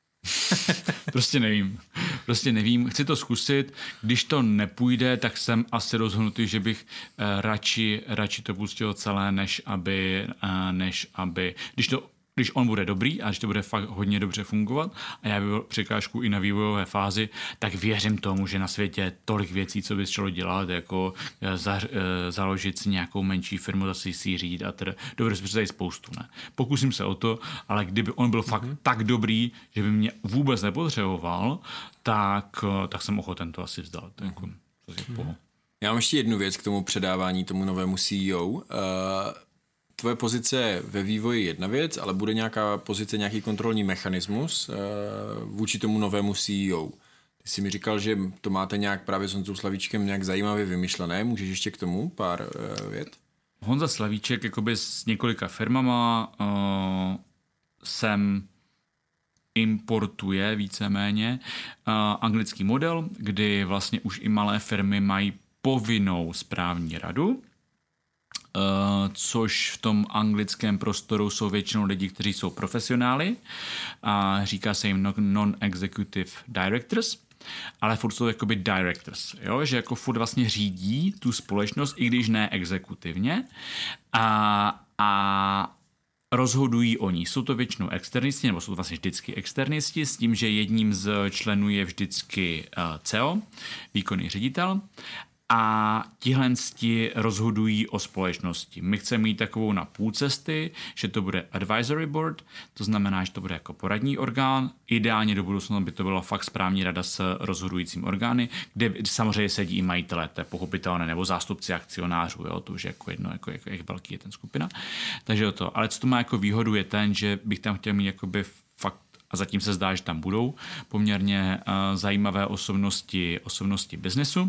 Prostě nevím. Prostě nevím. Chci to zkusit. Když to nepůjde, tak jsem asi rozhodnutý, že bych uh, radši, radši to pustil celé, než aby, uh, než aby... Když to Když on bude dobrý a když to bude fakt hodně dobře fungovat a já by byl překážku i na vývojové fázi, tak věřím tomu, že na světě je tolik věcí, co by šlo dělat, jako za, založit si nějakou menší firmu, zase si řídit a teda dobře si představit spoustu. Ne? Pokusím se o to, ale kdyby on byl fakt mm-hmm. tak dobrý, že by mě vůbec nepotřeboval, tak, tak jsem ochoten to asi vzdát. Mm-hmm. Jako, mm-hmm.
Já mám ještě jednu věc k tomu předávání tomu novému C E O. Uh, tvoje pozice je ve vývoji jedna věc, ale bude nějaká pozice, nějaký kontrolní mechanismus uh, vůči tomu novému C E O. Ty jsi mi říkal, že to máte nějak právě s Honzou Slavíčkem nějak zajímavě vymyšlené. Můžeš ještě k tomu pár uh, vět?
Honza Slavíček jakoby s několika firmama uh, sem importuje víceméně uh, anglický model, kdy vlastně už i malé firmy mají povinnou správní radu, uh, což v tom anglickém prostoru jsou většinou lidi, kteří jsou profesionály a říká se jim non-executive directors, ale furt jsou jakoby directors, jo? Že jako furt vlastně řídí tu společnost, i když ne exekutivně a, a rozhodují oni. Jsou to většinou externisti, nebo jsou to vlastně vždycky externisti, s tím, že jedním z členů je vždycky uh, C E O, výkonný ředitel, a tihle rozhodují o společnosti. My chceme mít takovou na půl cesty, že to bude advisory board, to znamená, že to bude jako poradní orgán. Ideálně do budoucna by to byla fakt správní rada s rozhodujícím orgány, kde samozřejmě sedí i majitelé, to je pochopitelné, nebo zástupci akcionářů, jo, to už je jako jedno, jako, jako, jak velký je ten skupina. Takže to. Ale co to má jako výhodu je ten, že bych tam chtěl mít jakoby fakt, a zatím se zdá, že tam budou poměrně uh, zajímavé osobnosti, osobnosti biznesu,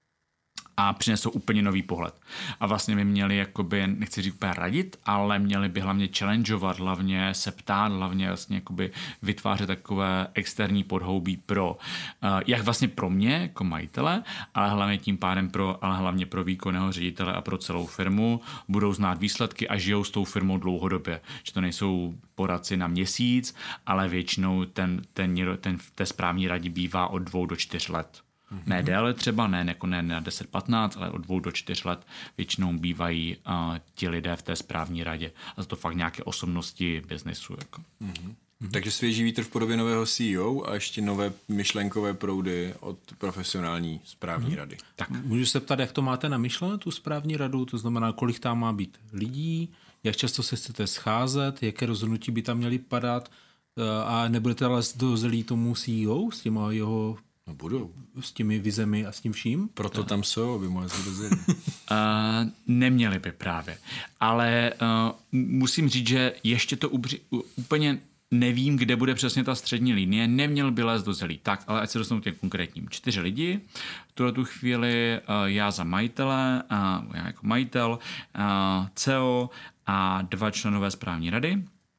a přinesou úplně nový pohled. A vlastně by měli, jakoby, nechci říct úplně radit, ale měli by hlavně challengeovat, hlavně se ptát, hlavně vlastně jakoby vytvářet takové externí podhoubí pro, uh, jak vlastně pro mě, jako majitele, ale hlavně tím pádem pro, ale hlavně pro výkonného ředitele a pro celou firmu, budou znát výsledky a žijou s tou firmou dlouhodobě. Že to nejsou poradci na měsíc, ale většinou ten, ten, ten v té správní radě bývá od dvou do čtyř let. Ne déle třeba, ne, jako ne na deset patnáct, ale od dvou do čtyř let většinou bývají uh, ti lidé v té správní radě. A to fakt nějaké osobnosti biznesu. Jako.
Mm-hmm. Takže svěží vítr v podobě nového C E O a ještě nové myšlenkové proudy od profesionální správní mm-hmm. rady.
Tak. Můžu se ptát, jak to máte namyšlené, tu správní radu? To znamená, kolik tam má být lidí, jak často se chcete scházet, jaké rozhodnutí by tam měly padat a nebudete ale dozelí tomu C E O s těma jeho
No budou.
S těmi vizemi a s tím vším?
Proto tam jsou, aby mohli se dozvědět.
uh, neměli by právě. Ale uh, musím říct, že ještě to ubři, uh, úplně nevím, kde bude přesně ta střední linie. Neměl by lézt do zelí. Tak, ale ať se dostanu k těm konkrétním. Čtyři lidi. V tuhle tu chvíli uh, já za majitele, uh, já jako majitel, uh, C E O a dva členové správní rady.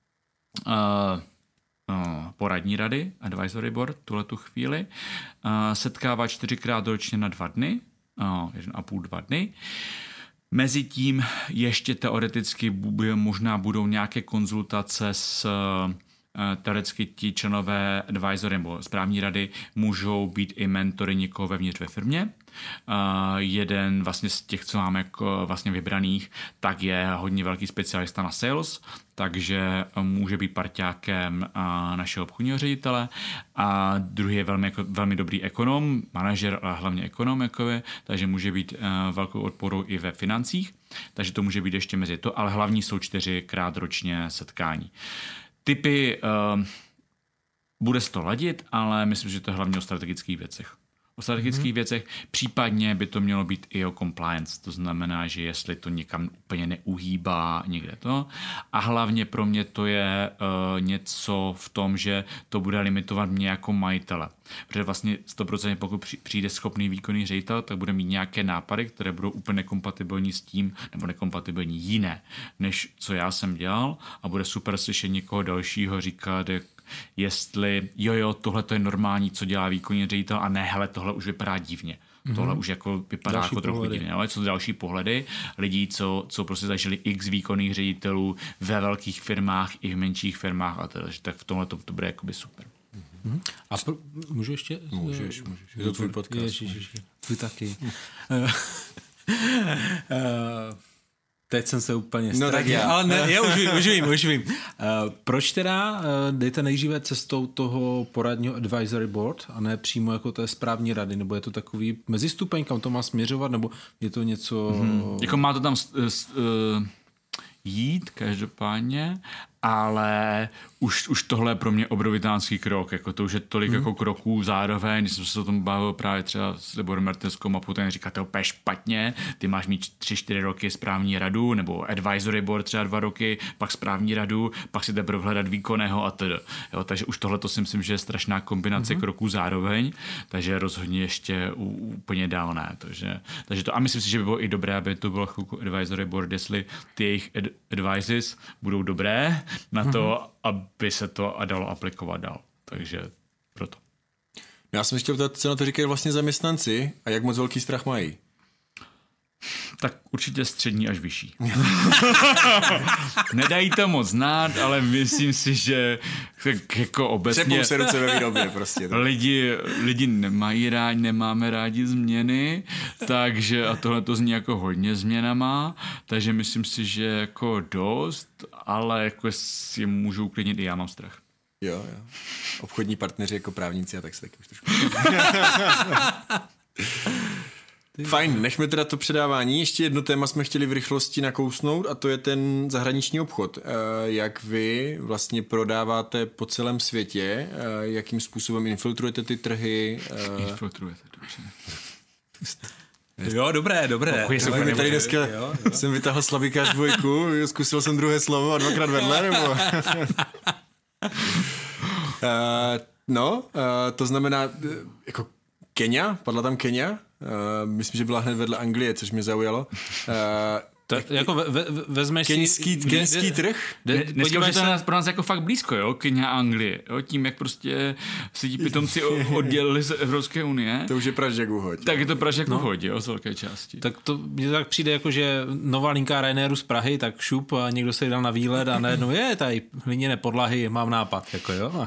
Uh, poradní rady, advisory board, tuhle tu chvíli, setkává čtyřikrát ročně na dva dny, jeden a půl dva dny. Mezitím ještě teoreticky možná budou nějaké konzultace s teoreticky ti členové advisory nebo správní rady můžou být i mentory někoho vevnitř ve firmě. Uh, jeden vlastně z těch, co máme jako vlastně vybraných, tak je hodně velký specialista na sales, takže může být parťákem uh, našeho obchodního ředitele a druhý je velmi, jako, velmi dobrý ekonom, manažer, ale hlavně ekonom, jakoby, takže může být uh, velkou odporou i ve financích, takže to může být ještě mezi to, ale hlavní jsou čtyřikrát ročně setkání. Typy uh, bude se to ladit, ale myslím, že to je hlavně o strategických věcech. O strategických mm-hmm. věcech, případně by to mělo být i o compliance, to znamená, že jestli to někam úplně neuhýbá někde to. A hlavně pro mě to je uh, něco v tom, že to bude limitovat mě jako majitele. Protože vlastně sto procent pokud přijde schopný výkonný ředitel, tak bude mít nějaké nápady, které budou úplně nekompatibilní s tím, nebo nekompatibilní jiné, než co já jsem dělal a bude super slyšet někoho dalšího říkat, jestli jo, jo, tohle to je normální, co dělá výkonný ředitel a ne, hele, tohle už vypadá divně. Mm-hmm. Tohle už jako vypadá další jako trochu pohledy. divně. Ale co to další pohledy lidí, co, co prostě zažili x výkonných ředitelů ve velkých firmách i v menších firmách a teda, tak v tomhle to, to bude jakoby super.
Mm-hmm. A pro, můžu ještě?
Můžeš, můžeš. Je to tvůj podcast.
Ježiš, ježiš. Ty taky. Teď jsem se úplně
no, tak já.
Ale ne, já už vím, už vím, už vím. Uh, proč teda uh, jdete nejdříve cestou toho poradního advisory board a ne přímo jako té správní rady, nebo je to takový mezistupeň, kam to má směřovat, nebo je to něco...
Mm-hmm. Jako má to tam st- st- uh, jít každopádně, ale už, už tohle je pro mě obrovitánský krok, jako to už je tolik hmm. jako kroků zároveň, když jsem se o tom bavil právě třeba s Liborem Mertenskou mapu, ten říká, to je úplně špatně, ty máš mít tři čtyři roky správní radu, nebo advisory board třeba dva roky, pak správní radu, pak si teprve hledat výkonného a tedy. Jo, takže už tohle to si myslím, že je strašná kombinace hmm. kroků zároveň, takže rozhodně ještě u, úplně dál ne. Takže, takže to, a myslím si, že by bylo i dobré, aby to bylo chvilku advisory board, jestli ty jejich ad, advices budou dobré na to, hmm. aby se to dalo aplikovat dál. Takže proto.
Já jsem chtěl ptát, co na to říkají vlastně zaměstnanci a jak moc velký strach mají.
Tak určitě střední až vyšší. Nedají to moc znát, ale myslím si, že jako obecně...
Třepou se ruce ve výrobě prostě.
Lidi, lidi nemají rádi, nemáme rádi změny, takže a tohle to zní jako hodně změnama, takže myslím si, že jako dost, ale jako si můžu uklidnit, i já mám strach.
Jo, jo. Obchodní partneři jako právníci a tak se taky už trošku... Fajn, nechme teda to předávání. Ještě jedno téma jsme chtěli v rychlosti nakousnout a to je ten zahraniční obchod. Jak vy vlastně prodáváte po celém světě, jakým způsobem infiltrujete ty trhy?
Infiltrujete, dobře.
Jo, dobré, dobré.
Oh, jsem mi tady dneska jo, jo. jsem vytáhl slavíkář dvojku, zkusil jsem druhé slovo a dvakrát vedle, nebo... uh, no, uh, to znamená, uh, jako Kenia, padla tam Kenia, uh, myslím, že byla hned vedle Anglie, což mě zaujalo. Uh,
To, jako ve, ve, vezmeš
keňský,
si...
Keňský trh?
De, dneska už je to nás, pro nás jako fakt blízko, jo? Kenia a Anglie. Jo? Tím, jak prostě se ti pitomci oddělili z Evropské unie.
To už je Pražák uhoď.
Tak je to Pražák no. uhoď, jo? Z velké části.
Tak to mně tak přijde jako, že nová linka Ryanairu z Prahy, tak šup a někdo se dal na výlet a najednou je tady hliněné podlahy, mám nápad, jako jo?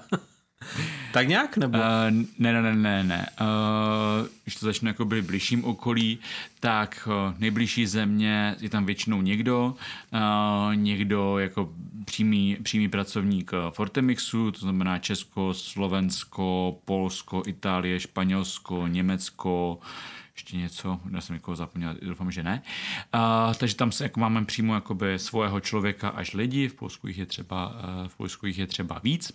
Tak nějak, nebo? Uh,
ne, ne, ne, ne, ne. Uh, když to začne jako být blížším okolí, tak uh, nejbližší země je tam většinou někdo, uh, někdo jako přímý, přímý pracovník Fortemixu, to znamená Česko, Slovensko, Polsko, Itálie, Španělsko, Německo, ještě něco, já jsem někoho zapomněl, doufám, že ne. Uh, takže tam se jako máme přímo jakoby svého člověka až lidi, v Polsku jich je třeba, uh, v Polsku jich je třeba víc.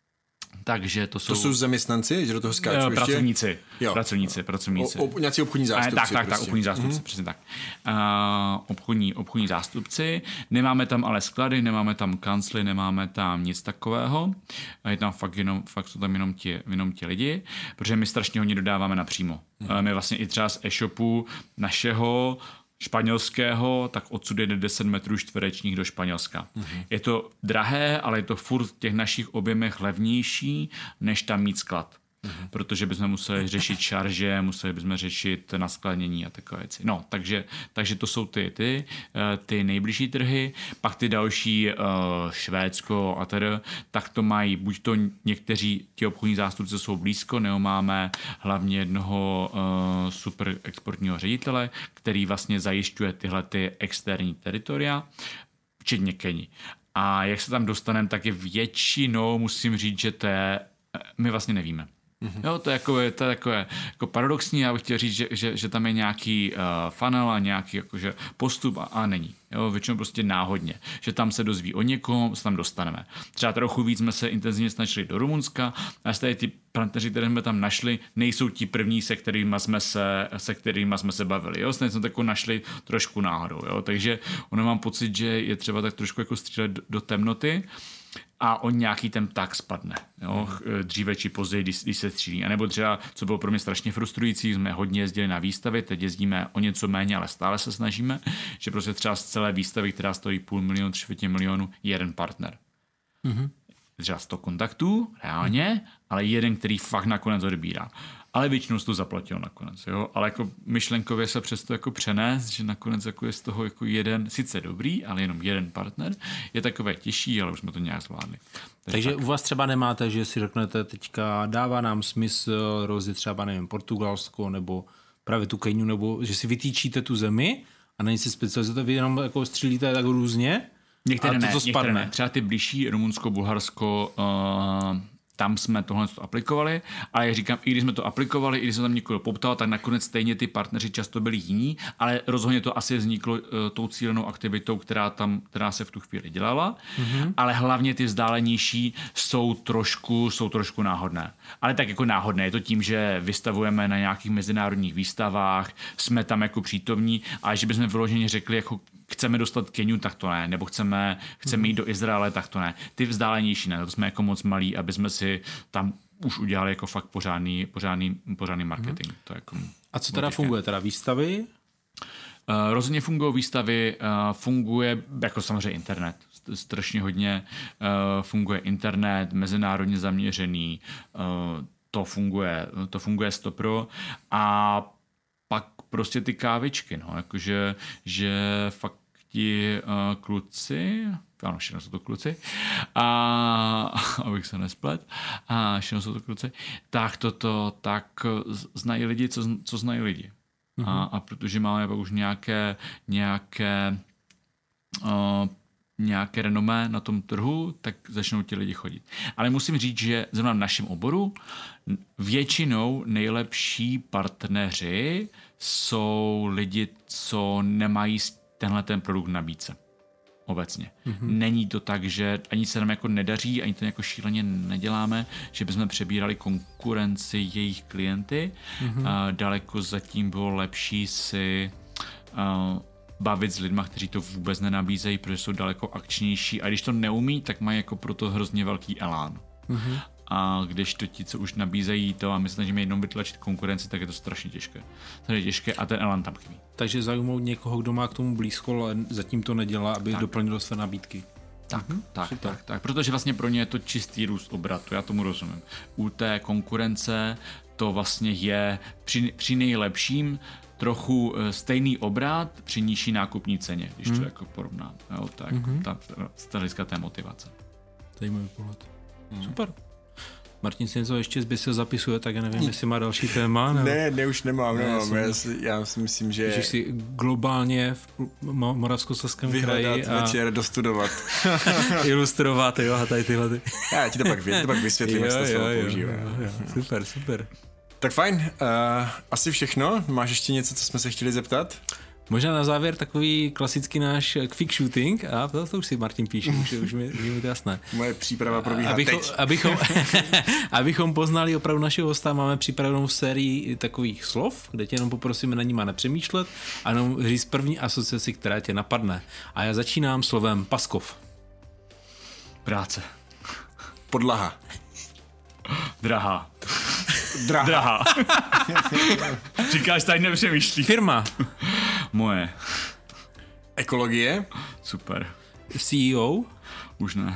Takže to jsou...
To jsou zaměstnanci, že do toho skáču ještě?
Pracovníci, jo. pracovníci, pracovníci.
O, o, nějací obchodní zástupci.
Tak, tak,
prostě.
tak, obchodní zástupci, mm-hmm. přesně tak. Uh, obchodní, obchodní zástupci. Nemáme tam ale sklady, nemáme tam kancly, nemáme tam nic takového. Je tam fakt, jenom, fakt jsou tam jenom ti, jenom ti lidi, protože my strašně hodně dodáváme napřímo. Mm-hmm. Uh, my vlastně i třeba z e-shopu našeho španělského, tak odsud jde deset metrů čtverečních do Španělska. Mm-hmm. Je to drahé, ale je to furt v těch našich objemech levnější, než tam mít sklad. Mm-hmm. Protože bychom museli řešit šarže, museli bychom řešit naskladnění a takové věci. No, takže, takže to jsou ty, ty, ty nejbližší trhy, pak ty další uh, Švédsko a tedy, tak to mají, buď to někteří ti obchodní zástupci jsou blízko, nebo máme hlavně jednoho uh, super exportního ředitele, který vlastně zajišťuje tyhle ty externí teritoria, včetně Keni. A jak se tam dostaneme, tak je většinou, musím říct, že to je, my vlastně nevíme. Mm-hmm. Jo, to je, jako, to je takové jako paradoxní, já bych chtěl říct, že, že, že tam je nějaký uh, funnel a nějaký jakože postup a, a není. Jo, většinou prostě náhodně, že tam se dozví o někom, se tam dostaneme. Třeba trochu víc jsme se intenzivně snažili do Rumunska a z tady ty partneři, které jsme tam našli, nejsou ti první, se kterými jsme se, se, kterými jsme se bavili. Jo, jsme tako našli trošku náhodou. Jo, takže ono mám pocit, že je třeba tak trošku jako střílet do, do temnoty, a on nějaký ten tak spadne, jo? Dříve či později, když, když se střílí. A nebo třeba, co bylo pro mě strašně frustrující, jsme hodně jezdili na výstavy, teď jezdíme o něco méně, ale stále se snažíme, že prostě třeba z celé výstavy, která stojí půl milionu, třetí milionu, je jeden partner. Mm-hmm. Třeba sto kontaktů, reálně, mm. ale jeden, který fakt nakonec odebírá. Ale většinou to zaplatil nakonec, jo. Ale jako myšlenkově se přesto jako přenést, že nakonec jako je z toho jako jeden, sice dobrý, ale jenom jeden partner, je takové těžší, ale už jsme to nějak zvládli. Takže,
Takže
tak.
U vás třeba nemáte, že si řeknete teďka dává nám smysl rozjet třeba, nevím, Portugalsko nebo právě tu Keniu, nebo že si vytýčíte tu zemi a není si specializujete, vy jenom jako střílíte tak různě.
Některé
a to,
ne,
to
některé ne. Třeba ty blížší Rumunsko, Bulharsko, uh, tam jsme tohle aplikovali, ale jak říkám, i když jsme to aplikovali, i když jsme tam někoho poptal, tak nakonec stejně ty partneři často byli jiní, ale rozhodně to asi vzniklo uh, tou cílenou aktivitou, která tam, která se v tu chvíli dělala, mm-hmm. ale hlavně ty vzdálenější jsou trošku, jsou trošku náhodné. Ale tak jako náhodné, je to tím, že vystavujeme na nějakých mezinárodních výstavách, jsme tam jako přítomní, ale že bychom vyloženě řekli, jako chceme dostat Keniu, tak to ne, nebo chceme, chceme jít do Izraele, tak to ne. Ty vzdálenější ne, to jsme jako moc malí, aby jsme si tam už udělali jako fakt pořádný, pořádný, pořádný marketing. Hmm. To jako
a co teda funguje? Teda výstavy?
Uh, rozhodně fungují výstavy, uh, funguje jako samozřejmě internet, strašně hodně uh, funguje internet, mezinárodně zaměřený, uh, to funguje, to funguje stopro a pak prostě ty kávičky, no, jakože, že fakt ti uh, kluci, ano, všechno jsou to kluci, a abych se nesplet, a všechno jsou to kluci, tak toto, tak znají lidi, co, co znají lidi. Mm-hmm. A, a protože máme pak už nějaké, nějaké, uh, nějaké renomé na tom trhu, tak začnou ti lidi chodit. Ale musím říct, že zrovna v našem oboru většinou nejlepší partneři jsou lidi, co nemají tenhle ten produkt nabídce. Obecně. Mm-hmm. Není to tak, že ani se nám jako nedaří, ani to jako šíleně neděláme, že bychom přebírali konkurenci jejich klienty. Mm-hmm. A daleko zatím bylo lepší si uh, bavit s lidma, kteří to vůbec nenabízejí, protože jsou daleko akčnější a když to neumí, tak mají jako proto hrozně velký elán. Mm-hmm. A když to ti, co už nabízejí to a my se snažíme jenom vytlačit konkurenci, tak je to strašně těžké. To je těžké a ten elán tam chybí.
Takže zaujmout někoho, kdo má k tomu blízko, ale zatím to nedělá, aby tak doplnil své nabídky.
Tak, mhm, tak, tak, tak, tak, protože vlastně pro ně je to čistý růst obratu, já tomu rozumím. U té konkurence to vlastně je při, při nejlepším trochu stejný obrat při nižší nákupní ceně, když mm. to jako porovnám. Jo, tak mm-hmm. ta, ta, ta, té motivace.
Zajímavý pohled. Mm. Super. Martin si něco ještě zby se zapisuje, tak já nevím, jestli má další téma. Nebo...
Ne, ne, už nemám, ne, nemám. Já, si, já si myslím, že...
Že si globálně v Moravskoslezském kraji
a... večer, dostudovat.
Ilustrovat, jo, a tady tyhle ty...
Já ti to pak, to pak vysvětlím, jak se to slovo používá.
Super, super.
Tak fajn, uh, asi všechno. Máš ještě něco, co jsme se chtěli zeptat?
Možná na závěr takový klasický náš quick shooting a to, to už si Martin píše, už, už mi, mi to jasné.
Moje příprava probíhá
abychom,
teď.
Abychom, abychom poznali opravdu našeho hosta, máme připravenou sérii takových slov, kde tě jenom poprosíme na nima nepřemýšlet a jenom říct první asociaci, která tě napadne. A já začínám slovem Paskov.
Práce.
Podlaha.
Drahá.
Drahá.
Drahá. Říkáš, tady nepřemýšlí.
Firma.
Moje.
Ekologie.
Super.
C E O.
Už ne.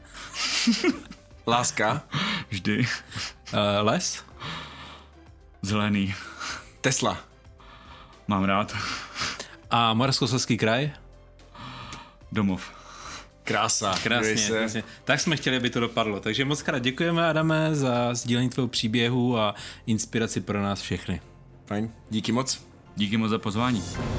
Láska.
Vždy.
Uh, les.
Zelený.
Tesla.
Mám rád.
A Moravskoslezský kraj.
Domov.
Krása.
Krásně, krásně. Tak jsme chtěli, aby to dopadlo. Takže moc krát děkujeme, Adame, za sdílení tvého příběhu a inspiraci pro nás všechny.
Fajn, díky moc.
Díky moc za pozvání.